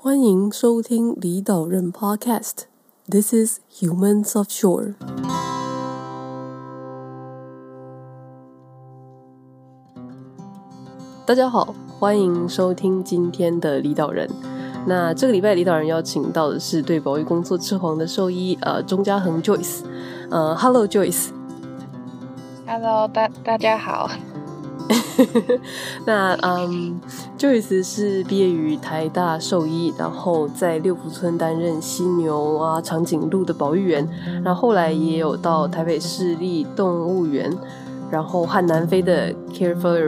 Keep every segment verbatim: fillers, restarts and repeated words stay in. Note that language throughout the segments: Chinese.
欢迎收听离岛人 Podcast。This is Humans Offshore。大家好，欢迎收听今天的离岛人。那这个礼拜离岛人邀请到的是对保育工作痴狂的兽医呃钟嘉恒 Joyce。呃 ，Hello Joyce。Hello， 大大家好。 那嗯 ，Joyce 是毕业于台大兽医，然后在六福村担任犀牛啊、长颈鹿的保育员，然后后来也有到台北市立动物园，然后和南非的 Care for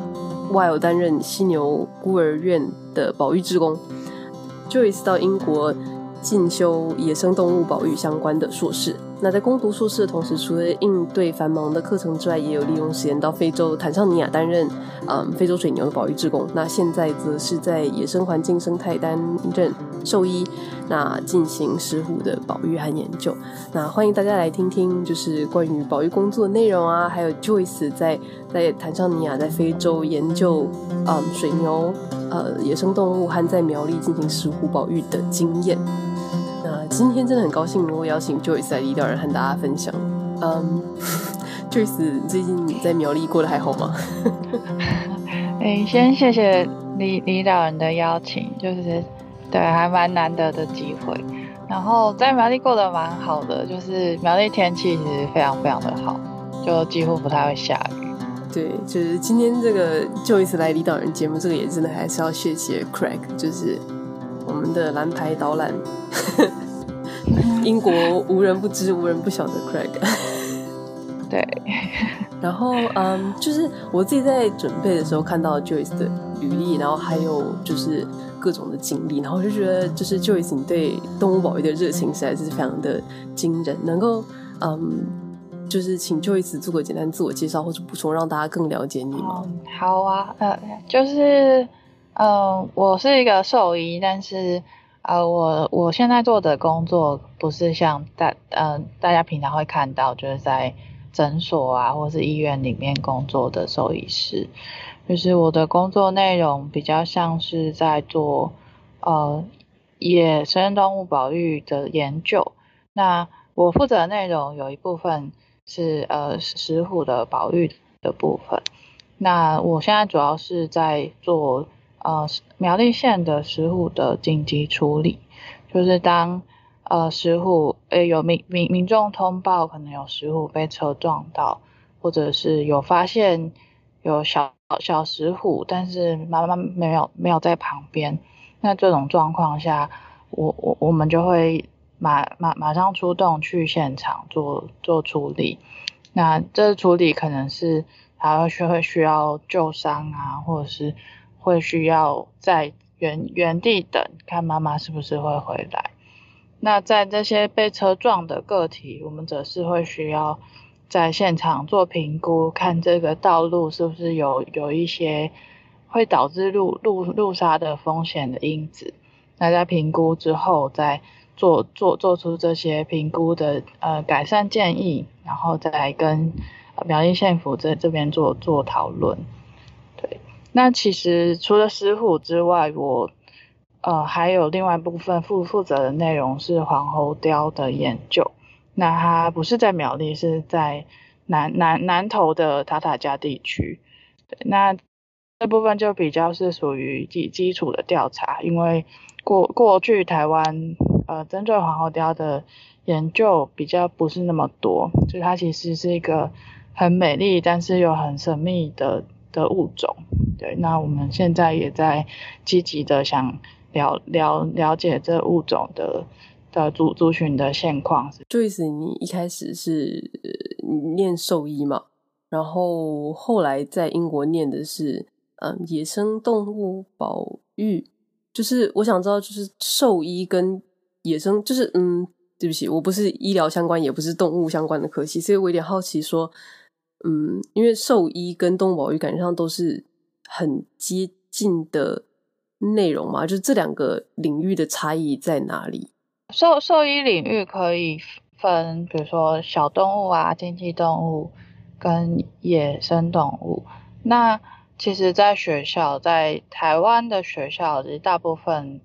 Wild 担任犀牛孤儿院的保育志工。Joyce 到英国进修野生动物保育相关的硕士。那在攻读硕士的同时，除了应对繁忙的课程之外，也有利用时间到非洲坦桑尼亚担任嗯非洲水牛的保育志工。那现在则是在野生环境生态担任兽医，那进行石虎的保育和研究。那欢迎大家来听听，就是关于保育工作的内容啊，还有 Joyce 在在坦桑尼亚、在非洲研究嗯水牛、呃野生动物和在苗栗进行石虎保育的经验。那今天真的很高兴能够邀请 Joyce 来离岛人和大家分享。嗯 ，Joyce 最近你在苗栗过得还好吗？ 欸、先谢谢离离岛人的邀请，就是对还蛮难得的机会。然后在苗栗过得蛮好的，就是苗栗天气其实非常非常的好，就几乎不太会下雨。 对，就是今天这个 Joyce 来离岛人节目，这个也真的还是要谢谢 Craig， 就是我们的蓝牌导览。英国无人不知无人不晓的 Craig。 对， 然后嗯，就是我自己在准备的时候看到 Joyce 的履历，然后还有就是各种的经历，然后就觉得就是 Joyce 你对动物保育的热情实在是非常的惊人。能够嗯，就是请 Joyce 做个简单自我介绍或者补充，让大家更了解你吗？ 嗯、好啊，呃，就是呃，我是一个兽医，但是呃，我我现在做的工作不是像大呃大家平常会看到，就是在诊所啊或是医院里面工作的兽医师。就是我的工作内容比较像是在做呃野生动物保育的研究。那我负责的内容有一部分是呃石虎的保育的部分。那我现在主要是在做呃苗栗县的石虎的紧急处理，就是当呃石虎呃有民民民众通报可能有石虎被车撞到，或者是有发现有小小石虎，但是妈妈没有没有在旁边，那这种状况下，我我我们就会马马马上出动去现场做做处理。那这处理可能是还会需会需要救伤啊，或者是会需要在原原地等，看妈妈是不是会回来。那在这些被车撞的个体，我们则是会需要在现场做评估，看这个道路是不是有有一些会导致路路路杀的风险的因子。那在评估之后，再做做做出这些评估的呃改善建议，然后再来跟苗栗县府这这边做做讨论。对，那其实除了石虎之外，我呃还有另外一部分负负责的内容是黄喉貂的研究。那它不是在苗栗，是在南南南投的塔塔加地区。对，那这部分就比较是属于基基础的调查，因为过过去台湾呃针对黄喉貂的研究比较不是那么多，就它其实是一个很美丽但是又很神秘的的物种。对，那我们现在也在积极的想了了了解这物种的的族族群的现况。 Joyce 你一开始是念兽医嘛，然后后来在英国念的是嗯野生动物保育。就是我想知道，就是兽医跟野生，就是嗯，对不起，我不是医疗相关，也不是动物相关的科系，所以我有点好奇说，嗯，因为兽医跟动物保育感觉上都是很接近的内容嘛，就是这两个领域的差异在哪里？ 兽兽医领域可以分，比如说小动物啊、经济动物跟野生动物。那其实在学校，在台湾的学校，其实大部分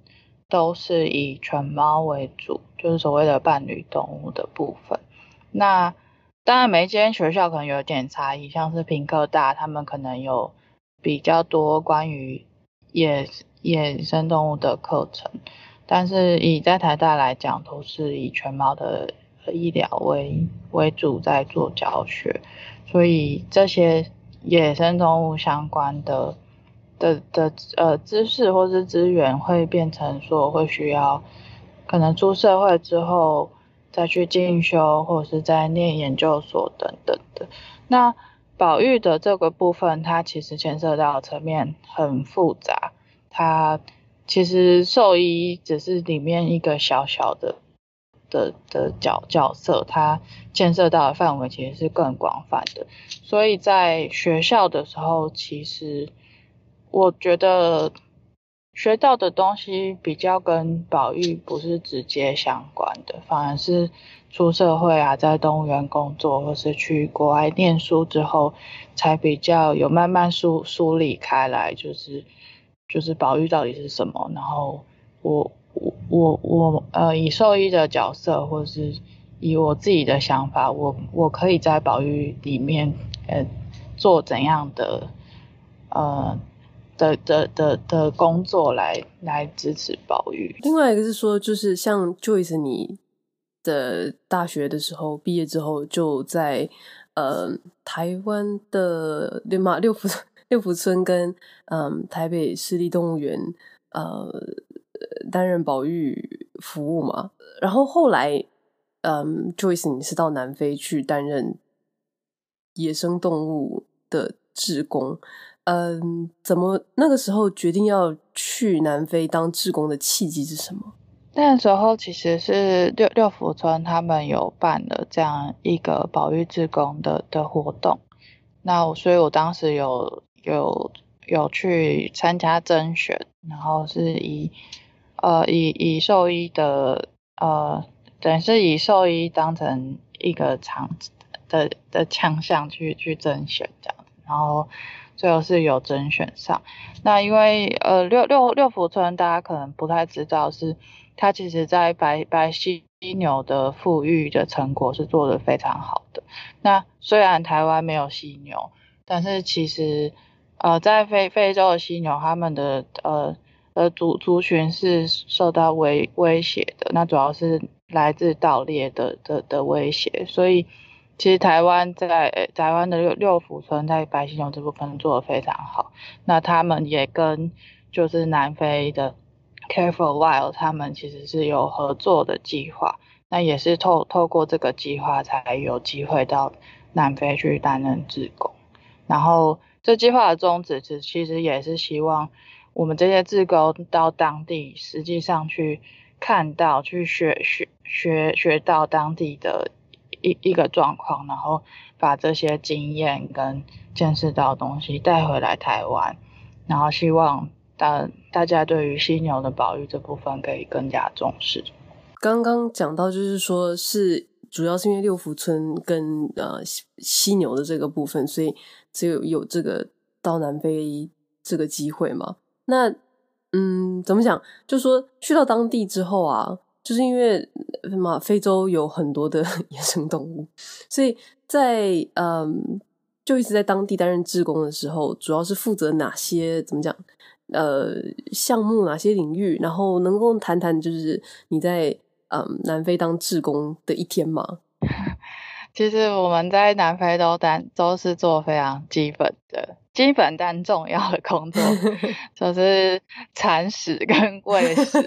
都是以犬猫为主，就是所谓的伴侣动物的部分。那当然每一间学校可能有点差异，像是屏科大他们可能有比较多关于野野生动物的课程，但是以在台大来讲，都是以犬猫的医疗为为主在做教学，所以这些野生动物相关的的的呃知识或是资源会变成说会需要可能出社会之后再去进修，或者是在念研究所等等的。那保育的这个部分，它其实牵涉到层面很复杂，它其实兽医只是里面一个小小的的的角角色，它牵涉到的范围其实是更广泛的。所以在学校的时候，其实我觉得学到的东西比较跟保育不是直接相关的，反而是出社会啊，在动物园工作或是去国外念书之后，才比较有慢慢梳梳理开来，就是就是保育到底是什么。然后我我我我呃以兽医的角色，或是以我自己的想法，我我可以在保育里面呃做怎样的呃。的的的的工作来来支持保育。 另外一个是说，就是像 Joyce 你的大学的时候毕业之后，就在呃台湾的六马六福六福村跟嗯台北市立动物园呃担任保育服务嘛，然后后来嗯 Joyce 你是到南非去担任野生动物的志工。嗯，怎么那个时候决定要去南非当志工的契机是什么？ 那时候其实是六六福村他们有办了这样一个保育志工的的活动，那所以我当时有有有去参加甄选，然后是以呃以以兽医的呃等于是以兽医当成一个场的的强项去去甄选这样子，然后最后是有甄选上。那因为呃六六六福村大家可能不太知道是它其实在白白犀牛的复育的成果是做得非常好的。那虽然台湾没有犀牛，但是其实呃在非非洲的犀牛它们的呃呃族族群是受到威威胁的，那主要是来自盗猎的的的威胁，所以其实台湾在、呃、台湾的六六福村在白犀牛这部分做得非常好，那他们也跟就是南非的 Care for Wild 他们其实是有合作的计划，那也是透透过这个计划才有机会到南非去担任志工。然后这计划的宗旨其实也是希望我们这些志工到当地实际上去看到去学学学学到当地的一一个状况，然后把这些经验跟见识到的东西带回来台湾，然后希望大大家对于犀牛的保育这部分可以更加重视。 刚刚讲到就是说是主要是因为六福村跟呃犀牛的这个部分，所以只有有这个到南非这个机会嘛。那嗯怎么讲，就说去到当地之后啊，就是因为嘛非洲有很多的野生动物，所以在嗯就一直在当地担任志工的时候，主要是负责哪些怎么讲呃项目，哪些领域，然后能够谈谈就是你在嗯南非当志工的一天吗？ 其实我们在南非都单都是做非常基本的基本但重要的工作，就是铲屎跟喂食。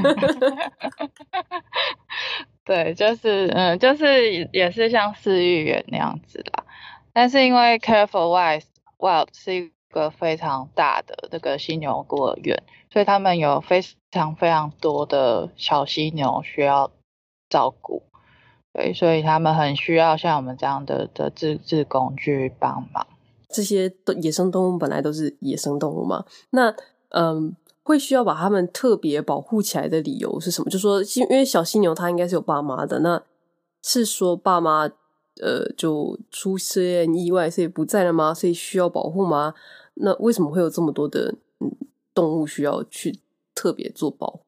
对，就是嗯，就是也是像饲育员那样子啦。但是因为 Care for Wild Wild 是一个非常大的这个犀牛孤儿院，所以他们有非常非常多的小犀牛需要照顾。对，所以他们很需要像我们这样的的志志工去帮忙。 这些野生动物本来都是野生动物嘛，那嗯，会需要把它们特别保护起来的理由是什么？就说因为小犀牛它应该是有爸妈的，那是说爸妈呃就出现意外所以不在了吗？所以需要保护吗？那为什么会有这么多的嗯动物需要去特别做保护？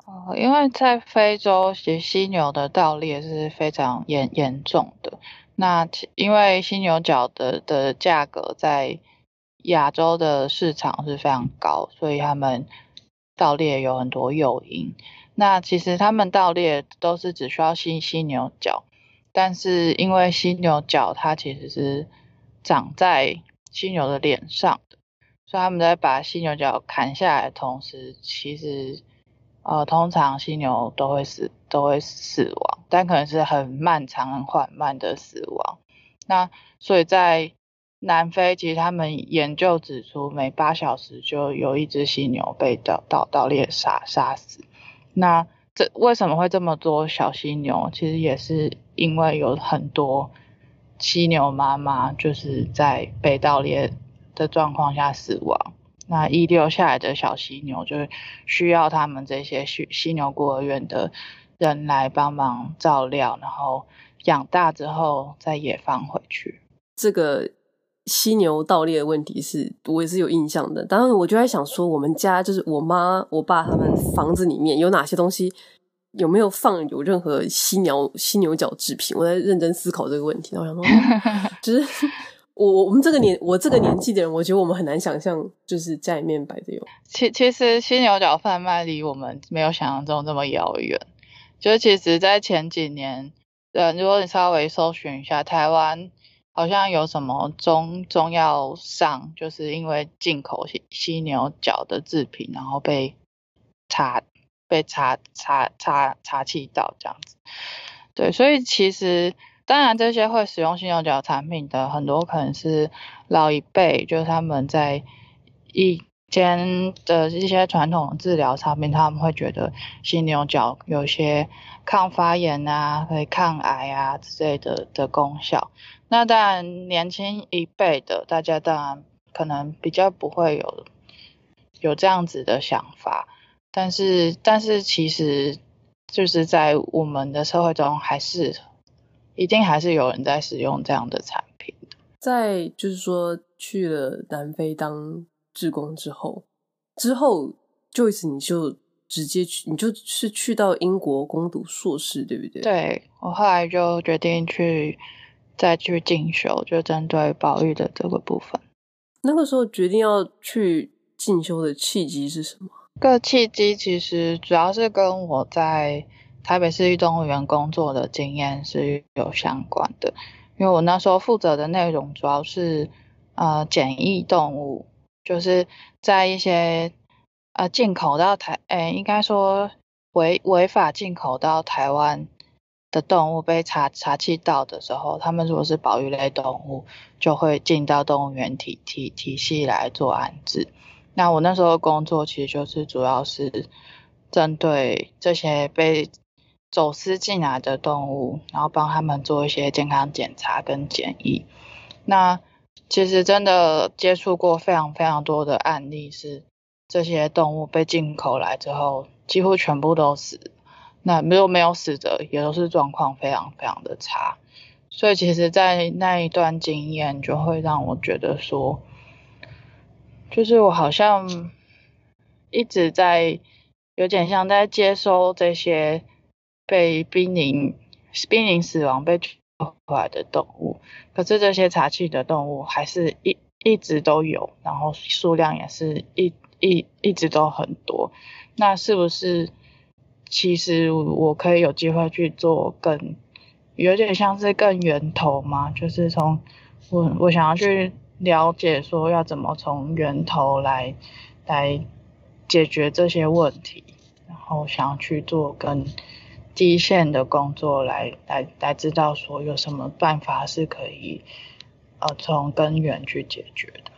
哦，因为在非洲，其实犀牛的盗猎是非常严严重的。那因为犀牛角的的价格在亚洲的市场是非常高，所以他们盗猎有很多诱因。那其实他们盗猎都是只需要犀犀牛角，但是因为犀牛角它其实是长在犀牛的脸上的，所以他们在把犀牛角砍下来的同时，其实呃，通常犀牛都会死，都会死亡，但可能是很漫长、很缓慢的死亡。那所以在南非，其实他们研究指出，每八小时就有一只犀牛被盗盗盗猎杀杀死。那这为什么会这么多小犀牛？其实也是因为有很多犀牛妈妈就是在被盗猎的状况下死亡。那遗留下来的小犀牛就需要他们这些犀犀牛孤儿院的人来帮忙照料，然后养大之后再野放回去。 这个犀牛盗猎的问题是我也是有印象的，当然我就在想说，我们家就是我妈我爸他们房子里面有哪些东西，有没有放有任何犀牛犀牛角制品，我在认真思考这个问题。然后我想说就是我我们这个年我这个年纪的人，我觉得我们很难想象，就是家里面摆着有。 其其实犀牛角贩卖离我们没有想象中这么遥远。就是其实在前几年，呃，如果你稍微搜寻一下，台湾好像有什么中中药商，就是因为进口犀犀牛角的制品，然后被查被查查查查气到这样子。对，所以其实当然这些会使用犀牛角产品的很多可能是老一辈，就是他们在以前的一些传统的治疗上面，他们会觉得犀牛角有些抗发炎啊，可以抗癌啊之类的的功效。那当然年轻一辈的大家当然可能比较不会有有这样子的想法，但是但是其实就是在我们的社会中还是一定还是有人在使用这样的产品的。 在就是说去了南非当志工之后之后 Joyce 你就直接去，你就是去到英国攻读硕士对不对？ 对，我后来就决定去再去进修，就针对保育的这个部分。 那个时候决定要去进修的契机是什么？ 这个契机其实主要是跟我在台北市立动物园工作的经验是有相关的，因为我那时候负责的内容主要是呃检疫动物，就是在一些呃进口到台，诶应该说违违法进口到台湾的动物被查查缉到的时候，他们如果是保育类动物，就会进到动物园体体体系来做安置。那我那时候的工作其实就是主要是针对这些被走私进来的动物，然后帮他们做一些健康检查跟检疫。那其实真的接触过非常非常多的案例，是这些动物被进口来之后几乎全部都死，那如果没有死的也都是状况非常非常的差。所以其实在那一段经验就会让我觉得说，就是我好像一直在有点像在接收这些被濒临濒临死亡被救回来的动物，可是这些查缉的动物还是一一直都有，然后数量也是一一一直都很多。那是不是其实我可以有机会去做更有点像是更源头嘛，就是从我我想要去了解说要怎么从源头来来解决这些问题，然后想要去做更第一线的工作来来来知道说有什么办法是可以呃从根源去解决的。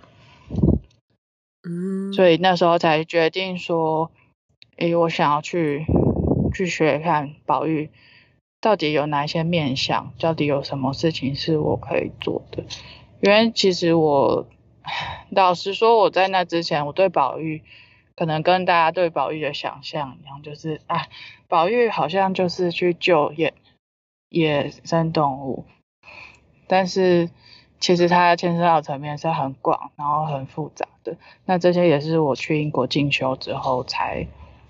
嗯， 所以那时候才决定说，诶，我想要去去学看保育到底有哪些面向，到底有什么事情是我可以做的。因为其实我老实说，我在那之前我对保育可能跟大家对保育的想象一样，就是啊，保育好像就是去救野野生动物，但是其实它牵涉到的层面是很广，然后很复杂的。那这些也是我去英国进修之后才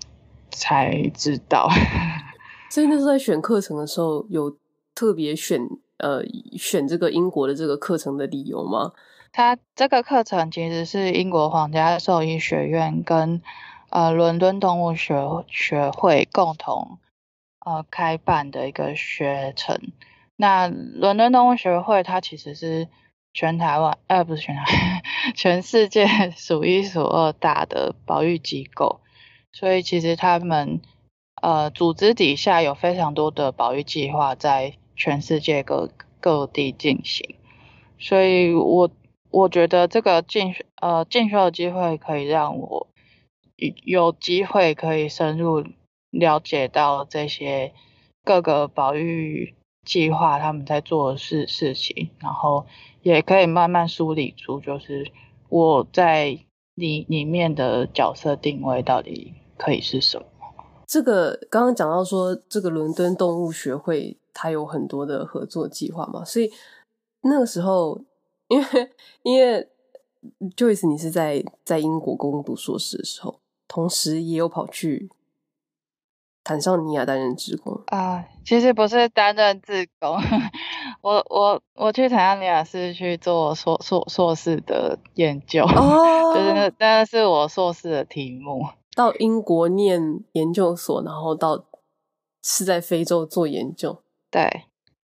才知道。 所以那时候在选课程的时候，有特别选呃选这个英国的这个课程的理由吗？ 它这个课程其实是英国皇家兽医学院跟呃伦敦动物学学会共同呃开办的一个学程。那伦敦动物学会它其实是全台湾呃不是全台湾全世界数一数二大的保育机构，所以其实他们呃组织底下有非常多的保育计划在全世界各各地进行，所以我我觉得这个进呃进修的机会可以让我有机会可以深入了解到这些各个保育计划他们在做的事事情，然后也可以慢慢梳理出就是我在里里面的角色定位到底可以是什么。 这个刚刚讲到说这个伦敦动物学会它有很多的合作计划嘛，所以那个时候因为因为 Joyce 你是在在英国公共读硕士的时候，同时也有跑去坦桑尼亚担任志工啊、呃，其实不是担任志工，我我我去坦桑尼亚是去做硕硕硕士的研究，哦、就是那那是我硕士的题目。 到英国念研究所，然后到是在非洲做研究， 对，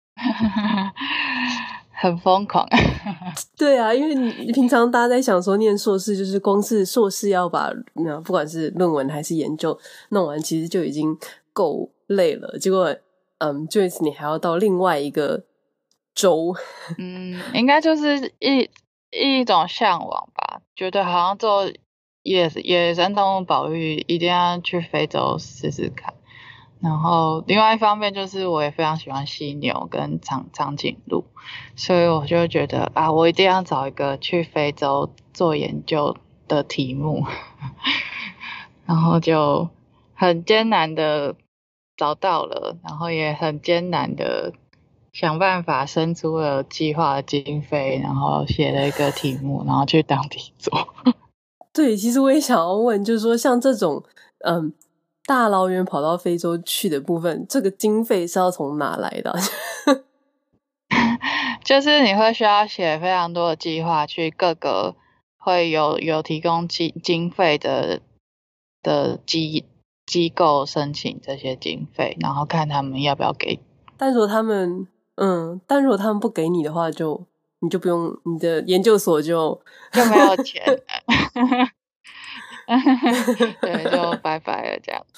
很疯狂。 对啊，因为你平常大家在想说念硕士就是光是硕士要把那不管是论文还是研究弄完，其实就已经够累了。结果，嗯 Joyce 你还要到另外一个州， 嗯，应该就是一一种向往吧，觉得好像做野野生动物保育一定要去非洲试试看。然后另外一方面就是我也非常喜欢犀牛跟长长颈鹿，所以我就觉得啊，我一定要找一个去非洲做研究的题目，然后就很艰难的找到了，然后也很艰难的想办法生出了计划的经费，然后写了一个题目，然后去当地做。 对，其实我也想要问，就是说像这种嗯大老远跑到非洲去的部分，这个经费是要从哪来的？ 就是你会需要写非常多的计划，去各个会有有提供经经费的的机机构申请这些经费，然后看他们要不要给。 但如果他们嗯，但如果他们不给你的话，就你就不用你的研究所就就没有钱了。对，就拜拜了这样。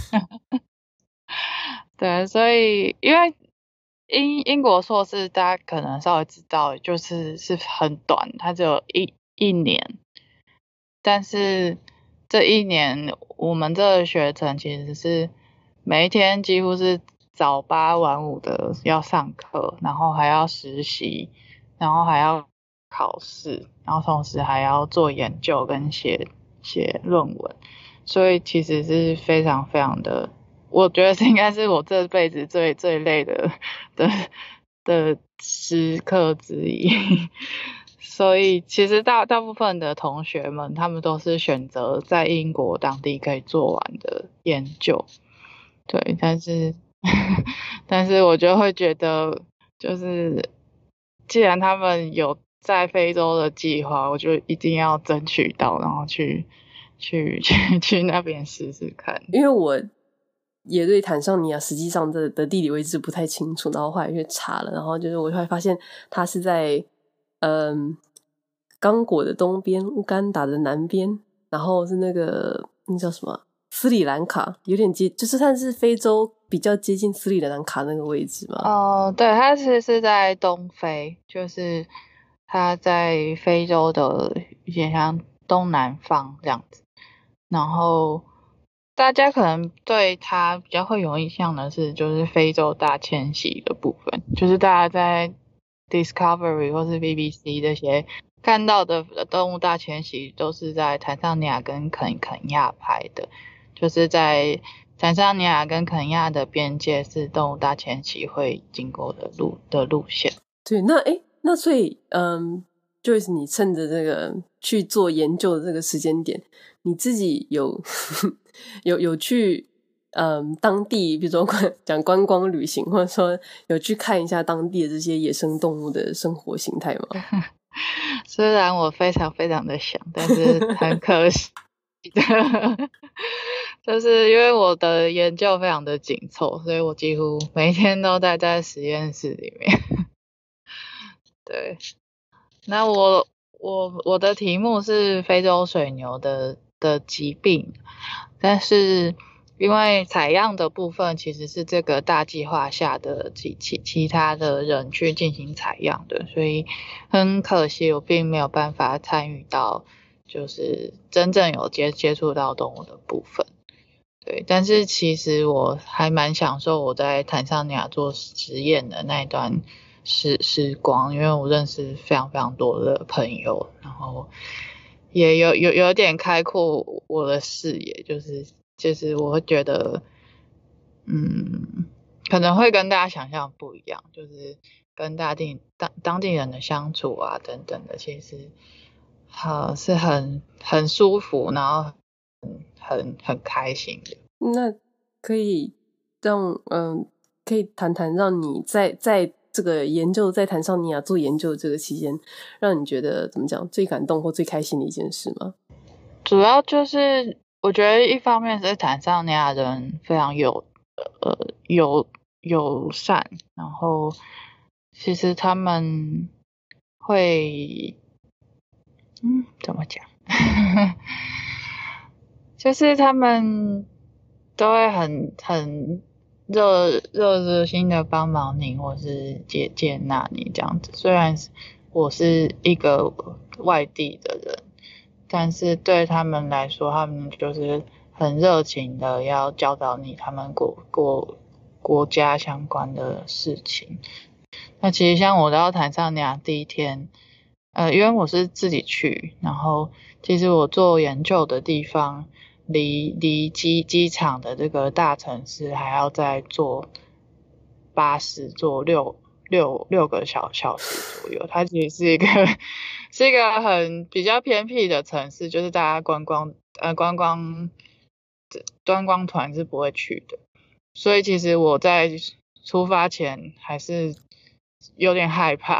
对，所以因为英英国硕士大家可能稍微知道，就是是很短，它只有一一年，但是这一年我们这个学程其实是每一天几乎是早八晚五的要上课，然后还要实习，然后还要考试，然后同时还要做研究跟写写论文，所以其实是非常非常的，我觉得是应该是我这辈子最最累的的的时刻之一。所以其实大大部分的同学们他们都是选择在英国当地可以做完的研究，对，但是但是我就会觉得就是既然他们有在非洲的计划，我就一定要争取到，然后去去去去那边试试看。 因为我也对坦桑尼亚实际上的的地理位置不太清楚，然后后来去查了，然后就是我会发现它是在嗯刚果的东边，乌干达的南边，然后是那个那叫什么斯里兰卡，有点接，就是它是非洲比较接近斯里兰卡那个位置嘛。 哦、呃，对，它其实是在东非，就是它在非洲的有点像东南方这样子。然后大家可能对它比较会有印象的是，就是非洲大迁徙的部分，就是大家在 Discovery 或是 B B C 这些看到的动物大迁徙都是在坦桑尼亚跟肯肯亚拍的，就是在坦桑尼亚跟肯亚的边界是动物大迁徙会经过的路的路线。 对，那诶那所以嗯 Joyce 你趁着这个去做研究的这个时间点，你自己有有有去嗯当地，比如说讲观光旅行，或者说有去看一下当地的这些野生动物的生活形态吗？ 虽然我非常非常的想，但是很可惜的，就是因为我的研究非常的紧凑，所以我几乎每天都待在实验室里面。对，那我我我的题目是非洲水牛的的疾病，但是因为采样的部分其实是这个大计划下的其其其他的人去进行采样的，所以很可惜我并没有办法参与到就是真正有接接触到动物的部分。对，但是其实我还蛮享受我在坦桑尼亚做实验的那一段时时光，因为我认识非常非常多的朋友，然后也有有有点开阔我的视野，就是就是我会觉得，嗯，可能会跟大家想象不一样，就是跟当地当当地人的相处啊等等的，其实呃是很很舒服，然后很很很开心的。 那可以让嗯，可以谈谈让你在在这个研究在坦桑尼亚做研究的这个期间，让你觉得怎么讲最感动或最开心的一件事吗？ 主要就是我觉得一方面是坦桑尼亚人非常有呃友友善，然后其实他们会嗯怎么讲，就是他们都会很很热热热心的帮忙你，或是接接纳你这样子。虽然我是一个外地的人，但是对他们来说，他们就是很热情的要教导你他们国国国家相关的事情。那其实像我到坦桑尼亚第一天，呃，因为我是自己去，然后其实我做研究的地方离离机机场的这个大城市还要再坐巴士坐六六六个小小时左右。它其实是一个是一个很比较偏僻的城市，就是大家观光呃观光观光团是不会去的。所以其实我在出发前还是有点害怕。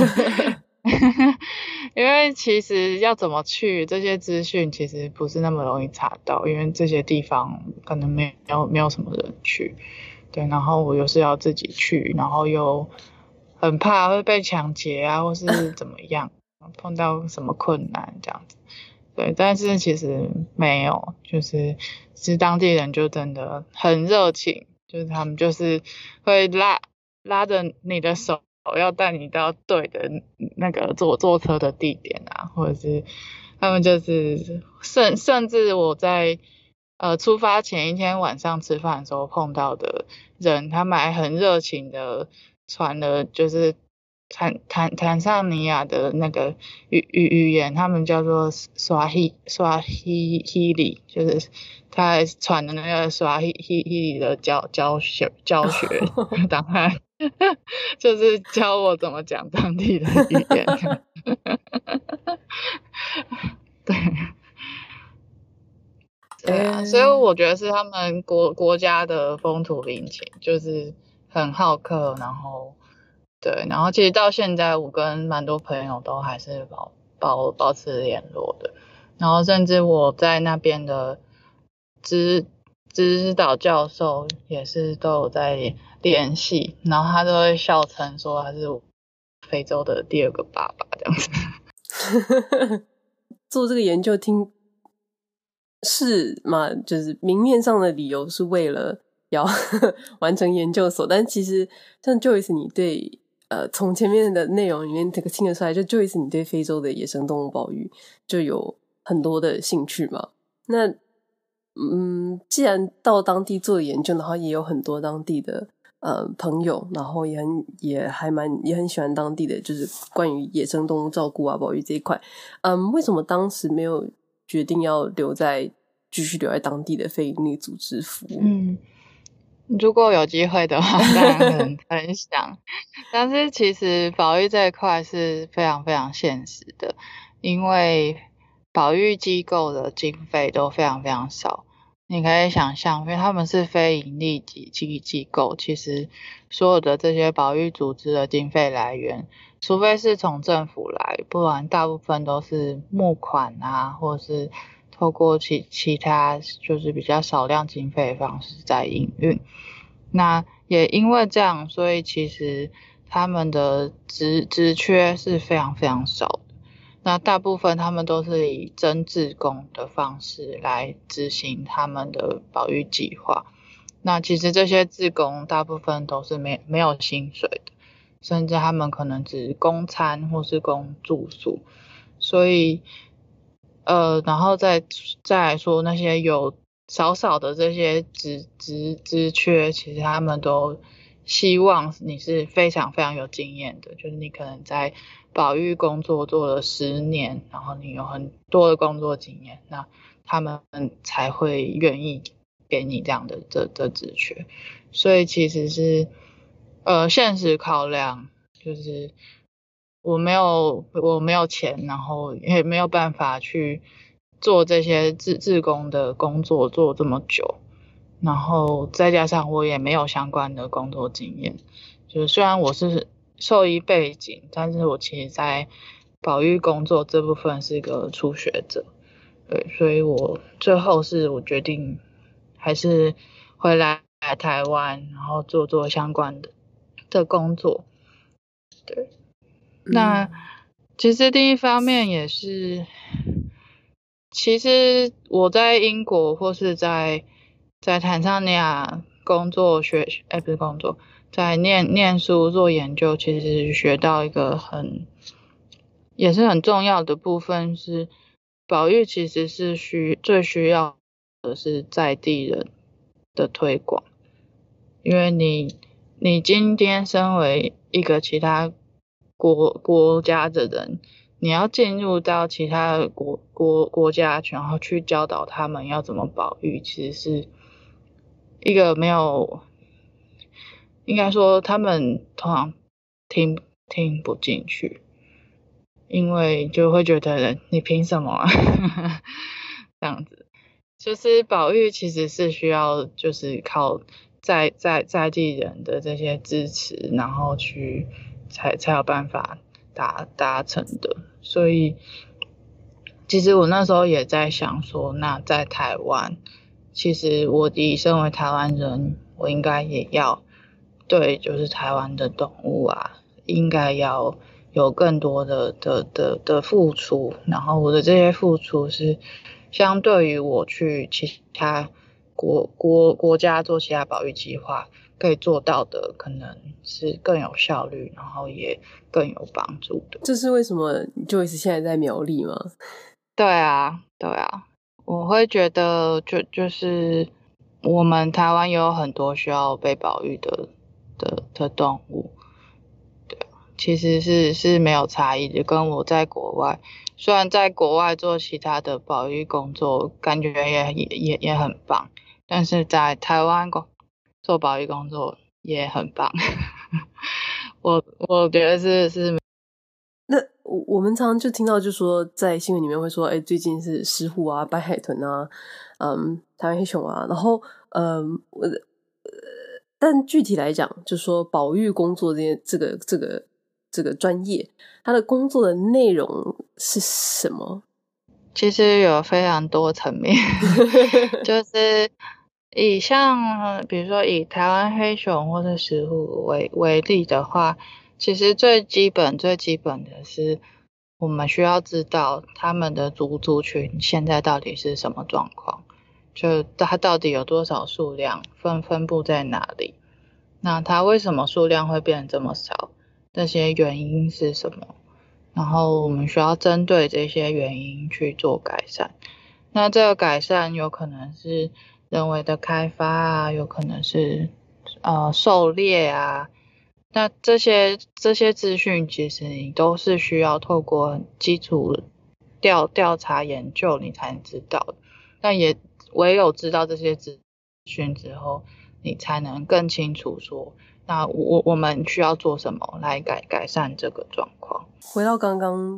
因为其实要怎么去这些资讯其实不是那么容易查到，因为这些地方可能没有没有什么人去，对，然后我又是要自己去，然后又很怕会被抢劫啊，或是怎么样，碰到什么困难这样子，对，但是其实没有，就是其实当地人就真的很热情，就是他们就是会拉拉着你的手，要带你到对的那个坐坐车的地点啊，或者是他们就是甚甚至我在呃出发前一天晚上吃饭的时候碰到的人，他们还很热情的传了就是坦坦坦桑尼亚的那个语语语言，他们叫做刷希刷希希里，就是他还传的那个刷希希里的教教学教学档案。就是教我怎么讲当地的语言。对，对啊，所以我觉得是他们国国家的风土民情，就是很好客，然后对，然后其实到现在我跟蛮多朋友都还是保保保持联络的，然后甚至我在那边的指指导教授也是都有在联系，然后他都会笑称说他是非洲的第二个爸爸这样子。 做这个研究听是嘛，就是明面上的理由是为了要完成研究所，但其实像 Joyce 你对呃从前面的内容里面这个听得出来，就 Joyce 你对非洲的野生动物保育就有很多的兴趣嘛。那嗯，既然到当地做研究，然后也有很多当地的呃朋友，然后也很也还蛮也很喜欢当地的就是关于野生动物照顾啊保育这一块，嗯，为什么当时没有决定要留在继续留在当地的非营利组织服务？ 嗯，如果有机会的话，当然很很想，但是其实保育这一块是非常非常现实的，因为保育机构的经费都非常非常少。 你可以想象，因为他们是非营利机机机构，其实所有的这些保育组织的经费来源，除非是从政府来，不然大部分都是募款啊，或者是透过其其他就是比较少量经费的方式在营运。那也因为这样，所以其实他们的职职缺是非常非常少的。那大部分他们都是以征志工的方式来执行他们的保育计划。那其实这些志工大部分都是没没有薪水的，甚至他们可能只供餐或是供住宿。所以呃，然后再再来说那些有少少的这些职职职缺，其实他们都希望你是非常非常有经验的，就是你可能在保育工作做了十年，然后你有很多的工作经验，那他们才会愿意给你这样的这这职缺。所以其实是呃现实考量，就是我没有我没有钱，然后也没有办法去做这些志志工的工作做这么久，然后再加上我也没有相关的工作经验，就是虽然我是兽医背景，但是我其实在保育工作这部分是一个初学者，对，所以我最后是我决定还是回来台湾，然后做做相关的的工作，对。那其实第一方面也是，其实我在英国或是在在坦桑尼亚工作学，哎不是工作，在念念书做研究，其实学到一个很也是很重要的部分是，保育其实是需最需要的是在地人的推广，因为你你今天身为一个其他国国家的人，你要进入到其他的国国国家，然后去教导他们要怎么保育，其实是一个没有，应该说他们通常听听不进去，因为就会觉得你凭什么啊这样子。就是保育其实是需要就是靠在在在地人的这些支持，然后去才才有办法达达成的。所以其实我那时候也在想说，那在台湾，其实我以身为台湾人，我应该也要对就是台湾的动物啊，应该要有更多的的的的付出，然后我的这些付出是相对于我去其他国国国家做其他保育计划可以做到的，可能是更有效率，然后也更有帮助的。 这是为什么 Joyce 现在在苗栗吗？ 对啊，对啊，我会觉得就就是我们台湾有很多需要被保育的的的动物，对，其实是是没有差异的。跟我在国外，虽然在国外做其他的保育工作，感觉也也也也很棒，但是在台湾工做保育工作也很棒。我我觉得是是。 那我们常常就听到，就说在新闻里面会说，哎，最近是石虎啊、白海豚啊、嗯、台湾黑熊啊，然后嗯，我呃，但具体来讲，就说保育工作这些这个这个这个专业，它的工作的内容是什么？ 其实有非常多层面，就是以像比如说以台湾黑熊或者石虎为为例的话，其实最基本最基本的是，我们需要知道他们的族族群现在到底是什么状况，就它到底有多少数量，分分布在哪里，那它为什么数量会变得这么少，这些原因是什么？然后我们需要针对这些原因去做改善。那这个改善有可能是人为的开发啊，有可能是呃狩猎啊。那这些这些资讯其实你都是需要透过基础调调查研究你才能知道的。但也唯有知道这些资讯之后，你才能更清楚说，那我我们需要做什么来改改善这个状况。 回到刚刚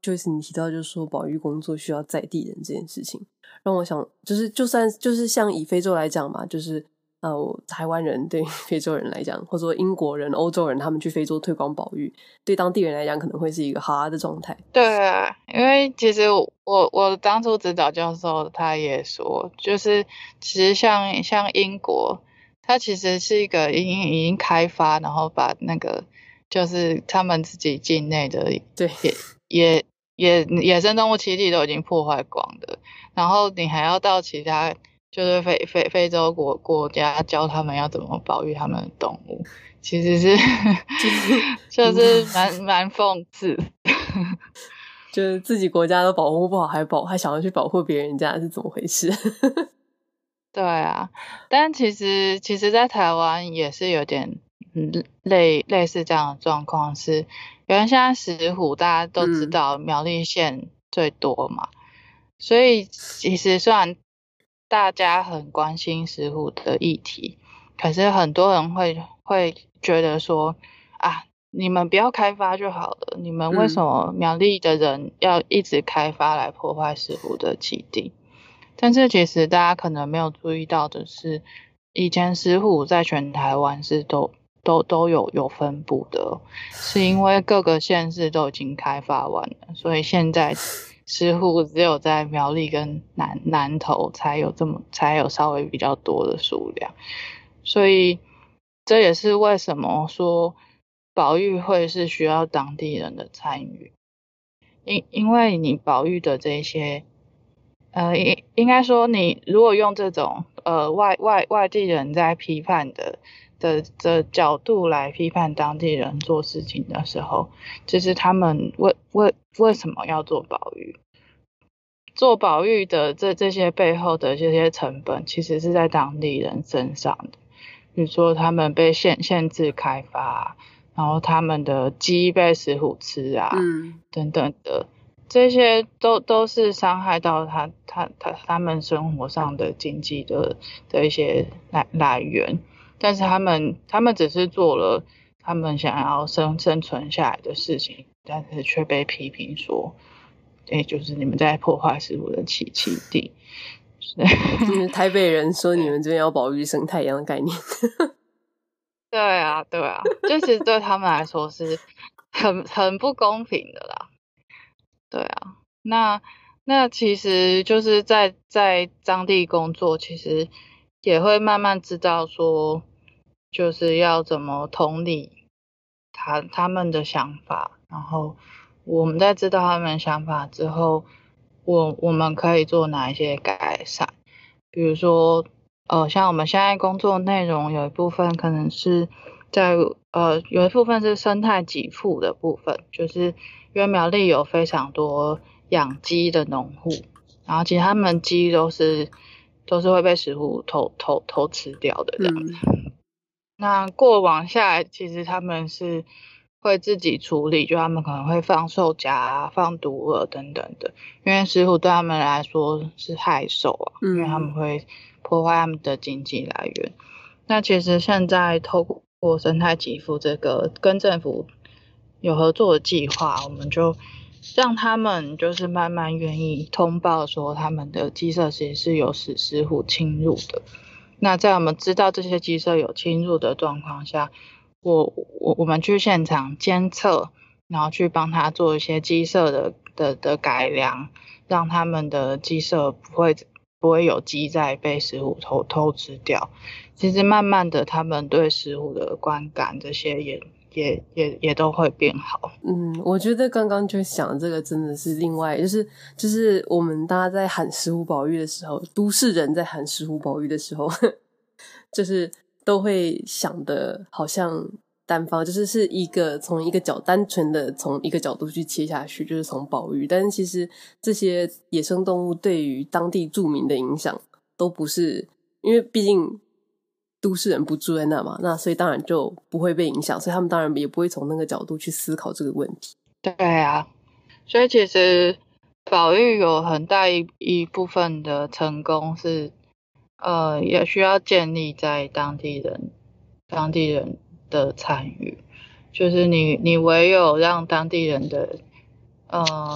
就是你提到就是说保育工作需要在地人这件事情，让我想就是就算就是像以非洲来讲嘛，就是呃台湾人对非洲人来讲，或者说英国人、欧洲人他们去非洲推广保育，对当地人来讲可能会是一个哈的状态。 对啊，因为其实我我当初指导教授他也说，就是其实像像英国，它其实是一个已经已经开发，然后把那个就是他们自己境内的对也也也野生动物栖地都已经破坏光的，然后你还要到其他就是非非非洲国国家教他们要怎么保育他们的动物，其实是就是蛮蛮讽刺。 就是自己国家都保护不好，还保还想要去保护别人家是怎么回事？ 对啊，但其实其实在台湾也是有点嗯类类似这样的状况，是因为现在石虎大家都知道苗栗县最多嘛，嗯、所以其实虽然大家很关心石虎的议题，可是很多人会会觉得说啊，你们不要开发就好了，你们为什么苗栗的人要一直开发来破坏石虎的栖地？但是其实大家可能没有注意到的是，以前石虎在全台湾是都都都有有分布的，是因为各个县市都已经开发完了，所以现在石虎只有在苗栗跟南南投才有这么才有稍微比较多的数量，所以这也是为什么说保育会是需要当地人的参与，因因为你保育的这些。呃，应应该说，你如果用这种呃外外外地人在批判的的的角度来批判当地人做事情的时候，其实他们为为为什么要做保育？做保育的这这些背后的这些成本，其实是在当地人身上的。比如说，他们被限限制开发，然后他们的鸡被石虎吃啊，嗯、等等的。这些都都是伤害到他他他他们生活上的经济的的一些来来源，但是他们他们只是做了他们想要生生存下来的事情，但是却被批评说，哎，就是你们在破坏石虎的栖栖地。 就是台北人说你们这边要保育生态一样的概念。 对啊，对啊，这其实对他们来说是很很不公平的啦。对啊，那那其实就是在在当地工作，其实也会慢慢知道说，就是要怎么同理他他们的想法，然后我们在知道他们的想法之后，我我们可以做哪一些改善？比如说，呃，像我们现在工作内容有一部分可能是在呃有一部分是生态给付的部分，就是因为苗栗有非常多养鸡的农户，然后其实他们鸡都是都是会被石虎偷偷偷吃掉的这样子。嗯、那过往下来，其实他们是会自己处理，就他们可能会放兽夹啊、放毒饵等等的，因为石虎对他们来说是害兽啊，嗯、因为他们会破坏他们的经济来源。那其实现在透过生态给付这个跟政府有合作的计划，我们就让他们就是慢慢愿意通报说他们的鸡舍其实是有使石虎侵入的。那在我们知道这些鸡舍有侵入的状况下，我我我们去现场监测，然后去帮他做一些鸡舍的的的改良，让他们的鸡舍不会不会有鸡在被石虎偷偷吃掉。其实慢慢的，他们对石虎的观感这些也也也也都会变好。 嗯，我觉得刚刚就想这个真的是另外，就是就是我们大家在喊石虎保育的时候，都市人在喊石虎保育的时候，就是都会想的好像单方，就是是一个从一个角单纯的从一个角度去切下去，就是从保育，但是其实这些野生动物对于当地住民的影响都不是，因为毕竟都市人不住在那嘛，那所以当然就不会被影响，所以他们当然也不会从那个角度去思考这个问题。 对啊，所以其实保育有很大一一部分的成功是，呃，也需要建立在当地人当地人的参与，就是你你唯有让当地人的呃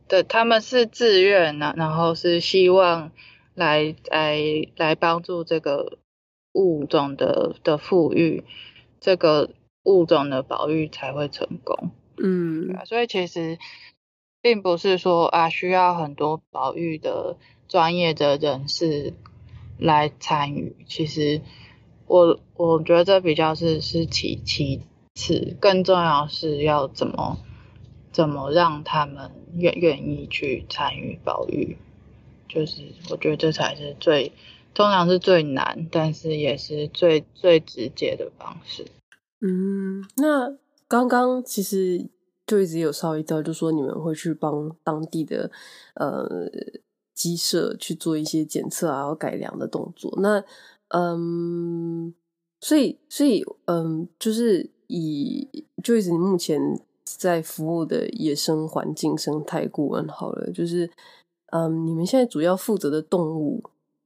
的他们是自愿啊，然后是希望来来来帮助这个物种的的富裕，这个物种的保育才会成功。 嗯， 对啊，所以其实并不是说啊需要很多保育的专业的人士来参与，其实我我觉得这比较是是其其次，更重要是要怎么怎么让他们愿愿意去参与保育，就是我觉得这才是最通常是最难，但是也是最最直接的方式。 嗯，那刚刚其实就一直有稍微到，就说你们会去帮当地的呃鸡舍去做一些检测啊，要改良的动作。那嗯，所以所以嗯，就是以就一直你目前在服务的野生环境生态顾问好了，就是嗯，你们现在主要负责的动物。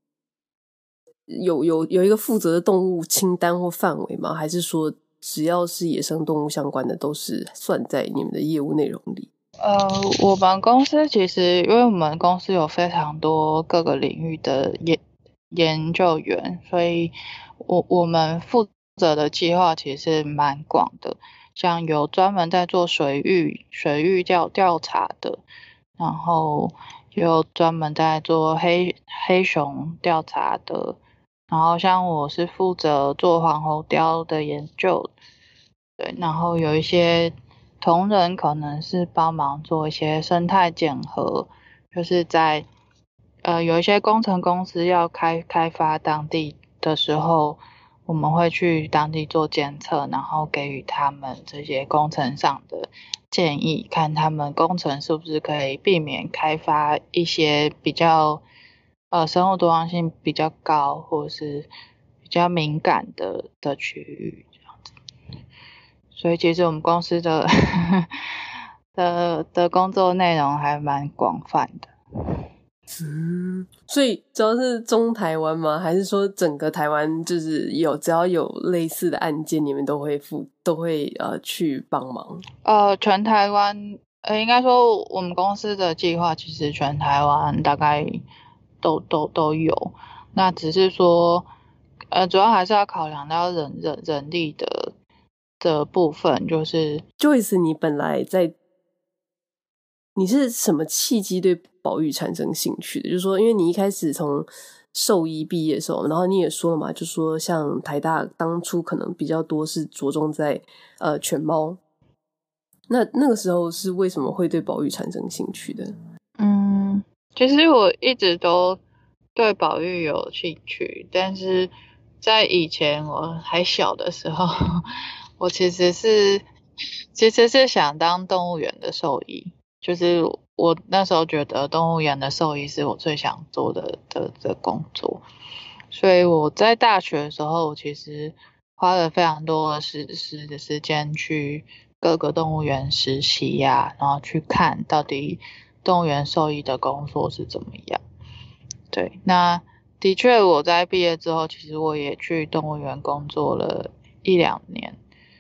有有有一个负责的动物清单或范围吗？还是说只要是野生动物相关的都是算在你们的业务内容里？ 呃，我们公司其实因为我们公司有非常多各个领域的研研究员，所以我我们负责的计划其实是蛮广的，像有专门在做水域水域调调查的，然后有专门在做黑黑熊调查的，然后像我是负责做黄喉貂的研究，对，然后有一些同仁可能是帮忙做一些生态检核，就是在呃有一些工程公司要开开发当地的时候，我们会去当地做检测，然后给予他们这些工程上的建议，看他们工程是不是可以避免开发一些比较呃生物多样性比较高或者是比较敏感的的区域这样子。所以其实我们公司的的的工作内容还蛮广泛的。 嗯，所以主要是中台湾吗？还是说整个台湾就是有只要有类似的案件，你们都会负都会呃去帮忙？ 呃，全台湾，呃，应该说我们公司的计划其实全台湾大概都都都有，那只是说，呃，主要还是要考量到人人人力的的部分，就是 Joyce，你本来在你是什么契机对保育产生兴趣的？就是说，因为你一开始从兽医毕业的时候，然后你也说了嘛，就说像台大当初可能比较多是着重在呃犬猫，那那个时候是为什么会对保育产生兴趣的？ 嗯，其实我一直都对保育有兴趣，但是在以前我还小的时候，我其实是其实是想当动物园的兽医，就是我那时候觉得动物园的兽医是我最想做的的的工作，所以我在大学的时候，我其实花了非常多的时时的时间去各个动物园实习呀、然后去看到底动物园兽医的工作是怎么样。对，那的确我在毕业之后，其实我也去动物园工作了一两年，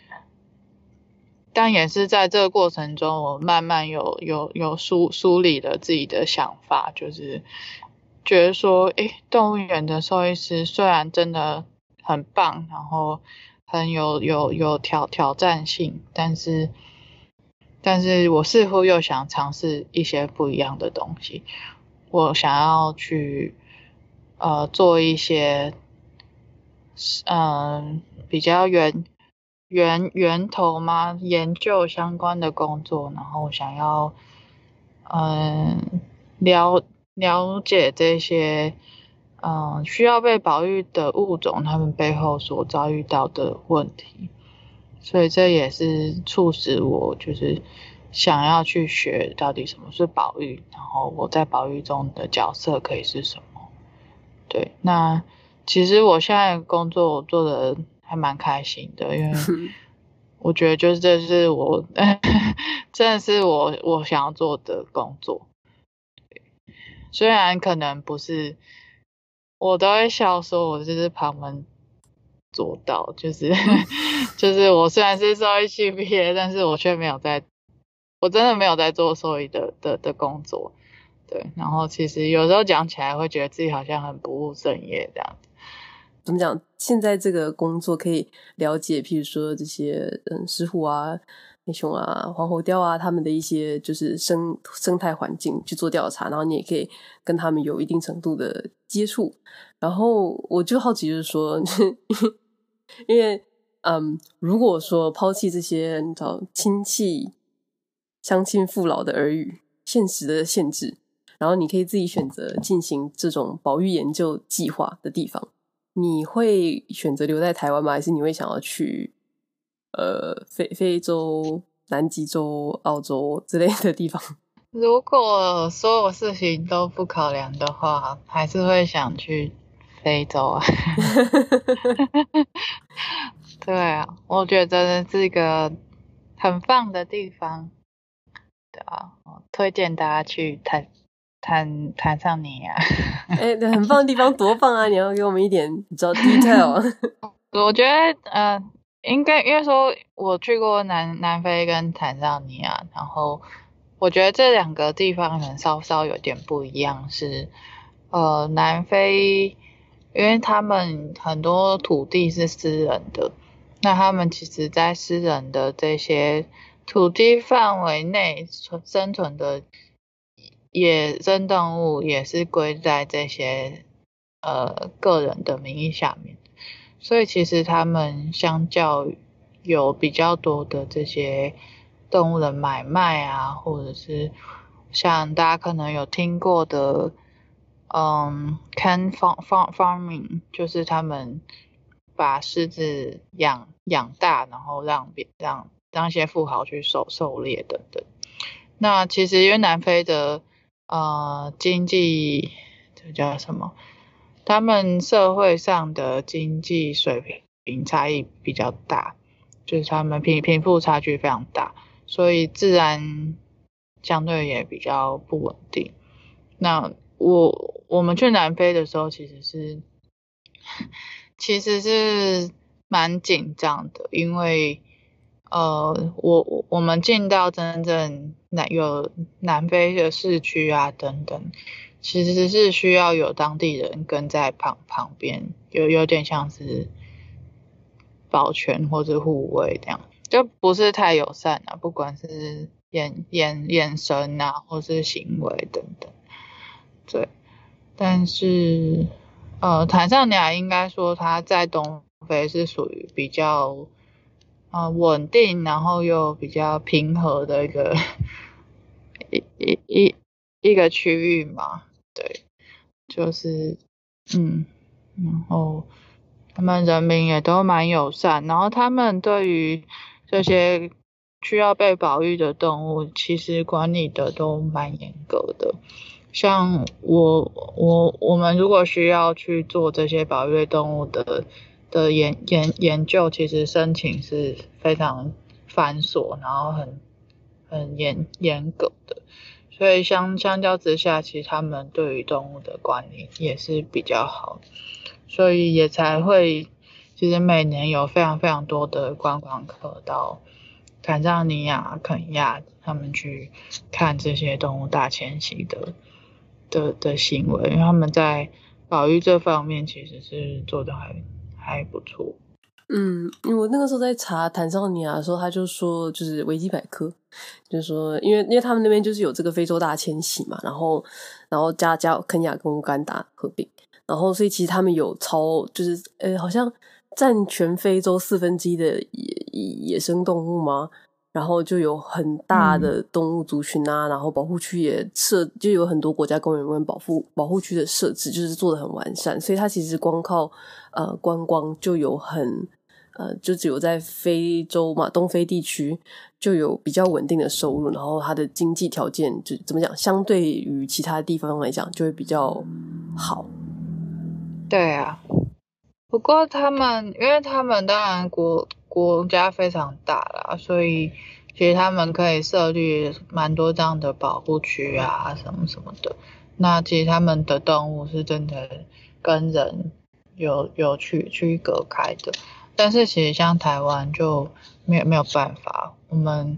但也是在这个过程中，我慢慢有有有梳梳理了自己的想法，就是觉得说，诶，动物园的兽医师虽然真的很棒，然后很有有有挑挑战性，但是但是我似乎又想尝试一些不一样的东西，我想要去呃做一些嗯、呃、比较远。源源头吗？研究相关的工作，然后想要嗯了了解这些嗯需要被保育的物种，他们背后所遭遇到的问题，所以这也是促使我就是想要去学到底什么是保育，然后我在保育中的角色可以是什么。对，那其实我现在工作做的还蛮开心的，因为我觉得就是这是我真的是我我想要做的工作。虽然可能不是，我都会笑说我就是旁门左道，就是就是我虽然是兽医系毕业，但是我却没有在我真的没有在做兽医的的的工作，对。然后其实有时候讲起来会觉得自己好像很不务正业这样子。 怎么讲？现在这个工作可以了解，譬如说这些嗯石虎啊、黑熊啊、黄喉貂啊，他们的一些就是生生态环境去做调查，然后你也可以跟他们有一定程度的接触。然后我就好奇，就是说，因为嗯，如果说抛弃这些你知道亲戚乡亲父老的耳语、现实的限制，然后你可以自己选择进行这种保育研究计划的地方。你会选择留在台湾吗？还是你会想要去呃非非洲、南极洲、澳洲之类的地方？ 如果所有事情都不考量的话，还是会想去非洲啊。对啊，我觉得是一个很棒的地方。对啊，我推荐大家去坦坦坦桑尼亚。 哎、欸，很棒的地方，多棒啊！你要给我们一点比较 detail。 我觉得，呃，应该因为说我去过南南非跟坦桑尼亚，然后我觉得这两个地方可能稍稍有点不一样，是呃南非，因为他们很多土地是私人的，那他们其实在私人的这些土地范围内生存的野生动物也是归在这些呃个人的名义下面，所以其实他们相较有比较多的这些动物的买卖啊，或者是像大家可能有听过的，嗯 can farm farm farming， 就是他们把狮子养养大，然后让别让让一些富豪去狩狩猎等等。那其实因为南非的呃经济这叫什么？他们社会上的经济水平差异比较大，就是他们贫贫富差距非常大，所以自然相对也比较不稳定。那我我们去南非的时候，其实是其实是蛮紧张的，因为呃，我我们进到真正南有南非的市区啊等等，其实是需要有当地人跟在旁旁边，有有点像是保全或者护卫这样，就不是太友善啊，不管是眼眼眼神啊，或是行为等等，对。但是呃，坦桑尼亚应该说它在东非是属于比较呃稳定，然后又比较平和的一个一一一一个区域嘛，对，就是嗯，然后他们人民也都蛮友善，然后他们对于这些需要被保育的动物，其实管理的都蛮严格的。像我我我们如果需要去做这些保育类动物的的研研研究，其实申请是非常繁琐，然后很很严严格的，所以相相较之下，其实他们对于动物的管理也是比较好，所以也才会其实每年有非常非常多的观光客到坦桑尼亚、肯亚他们去看这些动物大迁徙的。的的行为，因为他们在保育这方面其实是做的还还不错。 嗯，因为我那个时候在查坦桑尼亚的时候，他就说就是维基百科，就是说因为因为他们那边就是有这个非洲大迁徙嘛，然后然后加加肯亚跟乌干达合并，然后所以其实他们有超就是呃好像占全非洲四分之一的野野生动物吗？然后就有很大的动物族群啊，嗯、然后保护区也设，就有很多国家公园跟保护保护区的设置，就是做得很完善。所以它其实光靠呃观光就有很呃，就只有在非洲嘛，东非地区就有比较稳定的收入，然后它的经济条件就怎么讲，相对于其他地方来讲就会比较好。 对啊，不过他们因为他们当然国国家非常大啦，所以其实他们可以设立蛮多这样的保护区啊什么什么的。那其实他们的动物是真的跟人有有区区隔开的，但是其实像台湾就没有没有办法，我们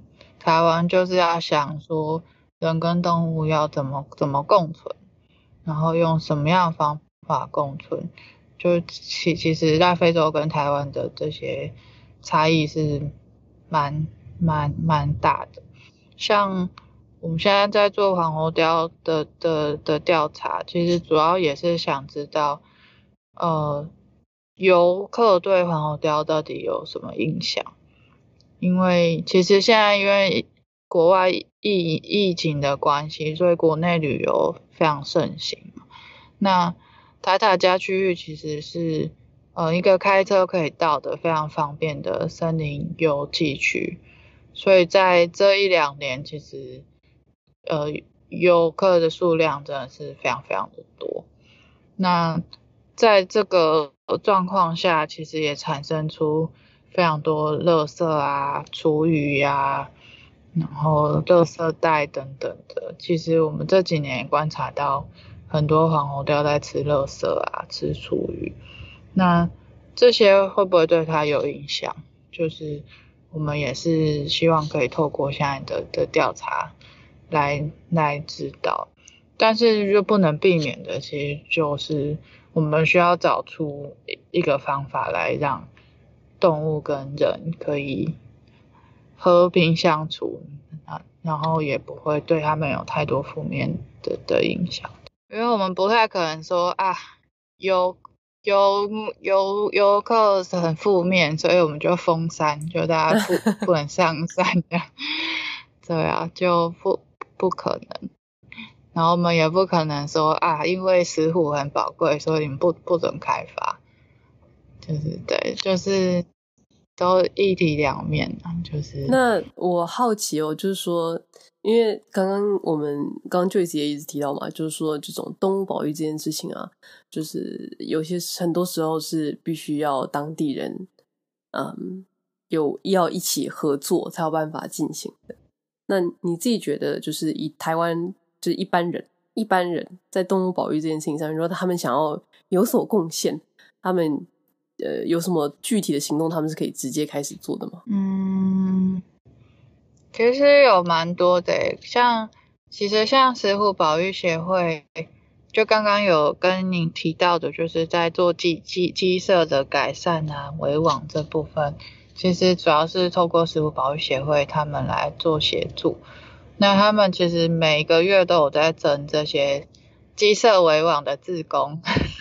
台湾就是要想说人跟动物要怎么怎么共存，然后用什么样的方法共存，就其其实在非洲跟台湾的这些差异是蛮蛮蛮大的。像我们现在在做黄喉貂的的的调查，其实主要也是想知道呃游客对黄喉貂到底有什么影响。因为其实现在因为国外疫疫情的关系，所以国内旅游非常盛行。那塔塔加区域其实是呃一个开车可以到的非常方便的森林游憩区，所以在这一两年其实呃游客的数量真的是非常非常的多。那在这个状况下，其实也产生出非常多垃圾啊、厨余啊，然后垃圾袋等等的。其实我们这几年也观察到很多黄喉貂在吃垃圾啊、吃厨余。那这些会不会对它有影响？就是我们也是希望可以透过现在的的调查来来知道。但是就不能避免的，其实就是我们需要找出一个方法来让动物跟人可以和平相处，然后也不会对他们有太多负面的的影响。因为我们不太可能说啊，游游游游客很负面，所以我们就封山，就大家不不能上山这样。对啊，就不不可能。然后我们也不可能说啊，因为石虎很宝贵，所以你们不不准开发，就是对，就是都一体两面啊，就是。 那我好奇哦，就是说，因为刚刚我们刚刚 Joyce 也一直提到嘛，就是说这种动物保育这件事情啊，就是有些很多时候是必须要当地人，嗯，有要一起合作才有办法进行的。那你自己觉得，就是以台湾就是一般人一般人在动物保育这件事情上面，如果他们想要有所贡献，他们呃有什么具体的行动，他们是可以直接开始做的吗？ 嗯，其实有蛮多的，像其实像石虎保育协会，就刚刚有跟您提到的，就是在做鸡鸡鸡舍的改善啊、围网这部分。其实主要是透过石虎保育协会他们来做协助，那他们其实每个月都有在征这些鸡舍围网的志工，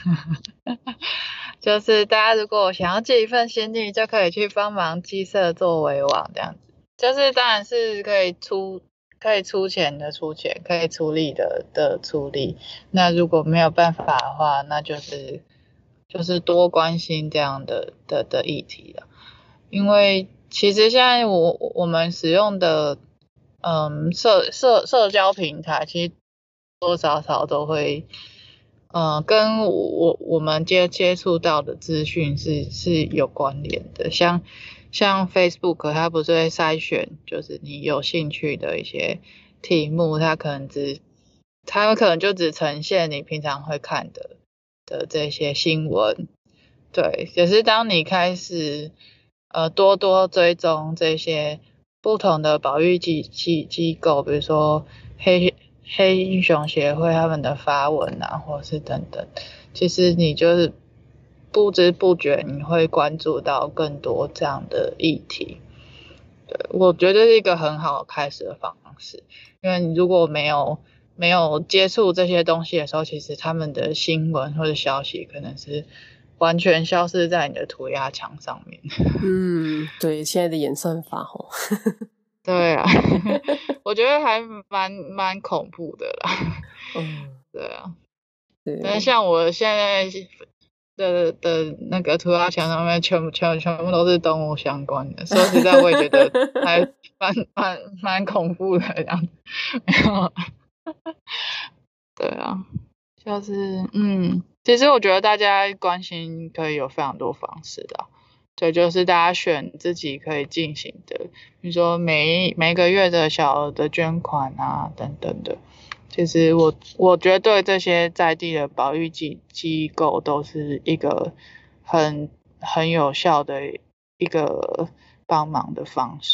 就是大家如果想要尽一份心力，就可以去帮忙鸡舍做围网这样子，就是当然是可以出可以出钱的出钱，可以出力的的出力，那如果没有办法的话，那就是就是多关心这样的的的议题了。因为其实现在我我们使用的嗯社社社交平台，其实多多少少都会呃跟我我们接接触到的资讯是是有关联的。像像 Facebook 它不是会筛选就是你有兴趣的一些题目，它可能只它可能就只呈现你平常会看的的这些新闻。对，可是当你开始呃，多多追踪这些不同的保育机机机构，比如说黑黑英雄协会他们的发文啊，或是等等，其实你就是不知不觉你会关注到更多这样的议题。对，我觉得是一个很好开始的方式，因为你如果没有没有接触这些东西的时候，其实他们的新闻或者消息可能是完全消失在你的涂鸦墙上面。 嗯，对，现在的演算法吼。 对啊，我觉得还蛮蛮恐怖的啦。 嗯， 对啊， 对。 但像我现在的的那个涂鸦墙上面全部全全部都是动物相关的，说实在我也觉得还蛮蛮蛮恐怖的这样子。没有，对啊，就是嗯，其实我觉得大家关心可以有非常多方式的。对，就是大家选自己可以进行的，比如说每每个月的小额的捐款啊，等等的。其实我我觉得对这些在地的保育机机构都是一个很很有效的一个帮忙的方式。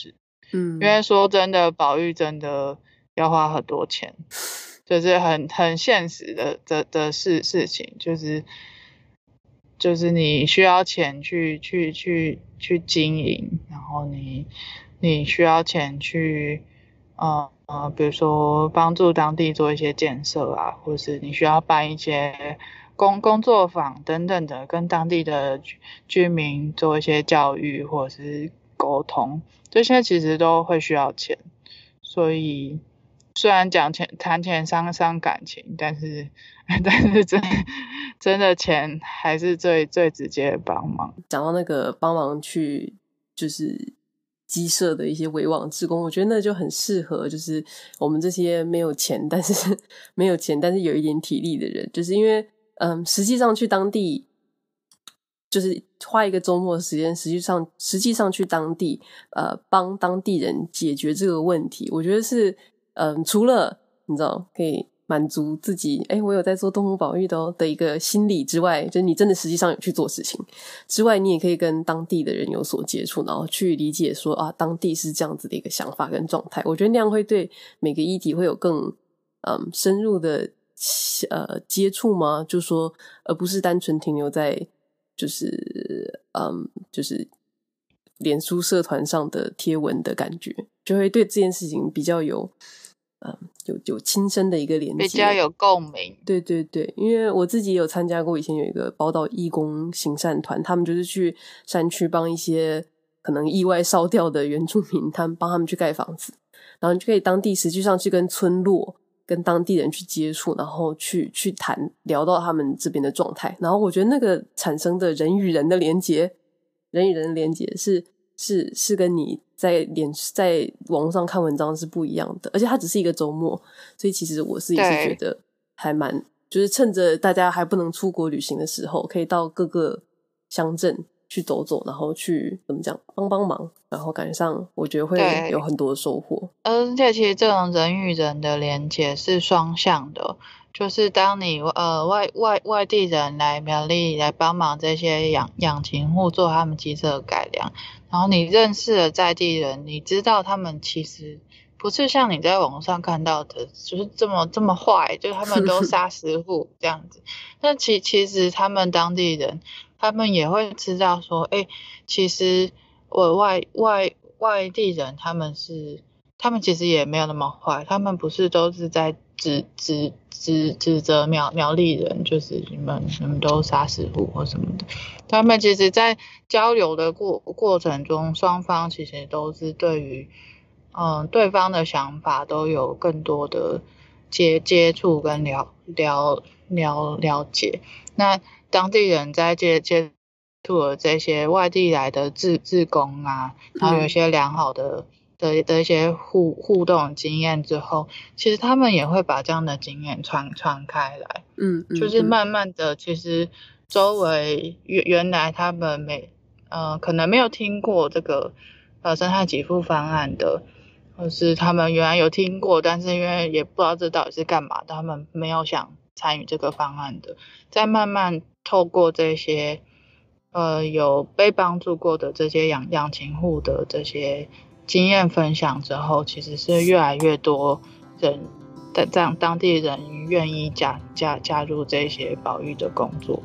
嗯，因为说真的，保育真的要花很多钱，就是很很现实的的的事事情，就是就是你需要钱去去去去经营，然后你你需要钱去呃呃，比如说帮助当地做一些建设啊，或是你需要办一些工工作坊等等的，跟当地的居居民做一些教育或者是沟通，这些其实都会需要钱。所以虽然讲钱谈钱伤伤感情，但是但是真真的钱还是最最直接的帮忙。 讲到那个帮忙去就是鸡舍的一些围网志工，我觉得那就很适合就是我们这些没有钱但是没有钱但是有一点体力的人，就是因为嗯，实际上去当地就是花一个周末的时间，实际上实际上去当地呃帮当地人解决这个问题，我觉得是嗯，除了你知道可以满足自己诶我有在做动物保育的哦的一个心理之外，就是你真的实际上有去做事情之外，你也可以跟当地的人有所接触，然后去理解说啊，当地是这样子的一个想法跟状态，我觉得那样会对每个议题会有更嗯深入的呃接触吗？就说而不是单纯停留在就是嗯就是脸书社团上的贴文的感觉，就会对这件事情比较有嗯有有亲身的一个连接， 比较有共鸣。 对对对，因为我自己有参加过，以前有一个宝岛义工行善团，他们就是去山区帮一些可能意外烧掉的原住民，他们帮他们去盖房子，然后你就可以当地实际上去跟村落跟当地人去接触，然后去去谈聊到他们这边的状态，然后我觉得那个产生的人与人的连结，人与人的连结是是是跟你在脸在网络上看文章是不一样的，而且它只是一个周末，所以其实我是也是觉得还蛮就是趁着大家还不能出国旅行的时候，可以到各个乡镇去走走，然后去怎么讲帮帮忙，然后感觉上我觉得会有很多的收获。 而且其实这种人与人的连结是双向的，就是当你呃外外外地人来苗栗来帮忙这些养养禽户做他们鸡舍的改良，然后你认识了在地人，你知道他们其实不是像你在网上看到的就是这么这么坏，就是他们都杀食户这样子。那其其实他们当地人他们也会知道说，诶，其实我外外外地人他们是他们其实也没有那么坏，他们不是都是在指指指指责苗苗栗人，就是你们你们都杀食户或什么的。他们其实在交流的过过程中，双方其实都是对于嗯对方的想法都有更多的接接触跟了了了了解。那当地人在接接触了这些外地来的志志工啊，然后有一些良好的、嗯、的的一些互互动经验之后，其实他们也会把这样的经验传传开来。 嗯, 嗯就是慢慢的，其实周围原原来他们没呃可能没有听过这个呃生态给付方案的，或是他们原来有听过，但是因为也不知道这到底是干嘛的，他们没有想参与这个方案的，再慢慢透过这些呃有被帮助过的这些养养禽户的这些经验分享之后，其实是越来越多人的这样当地人愿意加加加入这些保育的工作。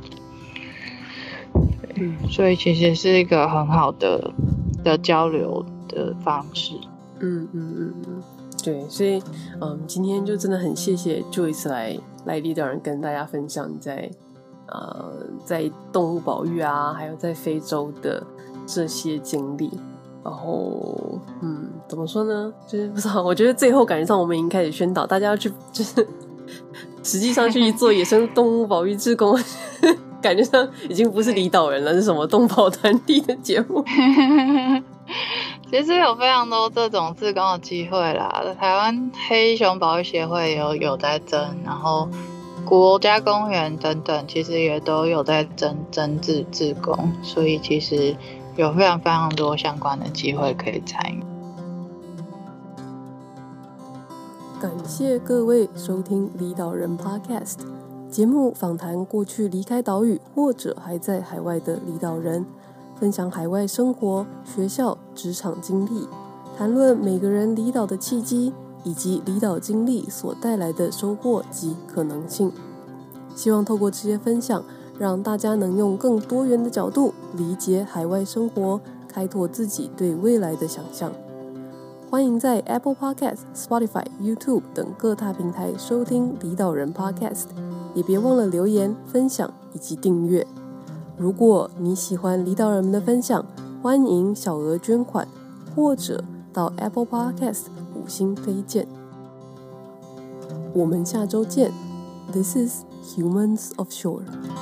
嗯，所以其实是一个很好的的交流的方式。 嗯嗯嗯嗯，对，所以嗯，今天就真的很谢谢 Joyce 来来离岛人跟大家分享你在呃在动物保育啊，还有在非洲的这些经历。然后嗯，怎么说呢？就是不知道，我觉得最后感觉上我们已经开始宣导大家要去，就是实际上去做野生动物保育志工。感觉上已经不是离岛人了，是什么动保团体的节目。 其实有非常多这种志工的机会啦，台湾黑熊保育协会有有在争，然后国家公园等等其实也都有在争争志志工，所以其实有非常非常多相关的机会可以参与。 感谢各位收听离岛人 Podcast 节目，访谈过去离开岛屿或者还在海外的离岛人，分享海外生活、学校、职场经历， 谈论每个人离岛的契机，以及离岛经历所带来的收获及可能性。希望透过这些分享，让大家能用更多元的角度理解海外生活，开拓自己对未来的想象。欢迎在 Apple Podcast、Spotify、YouTube 等各大平台收听离岛人 Podcast， 也别忘了留言、分享以及订阅。如果你喜欢离岛人们的分享，欢迎小额捐款，或者到 Apple Podcast 五星推荐。我们下周见。This is Humans of Shore.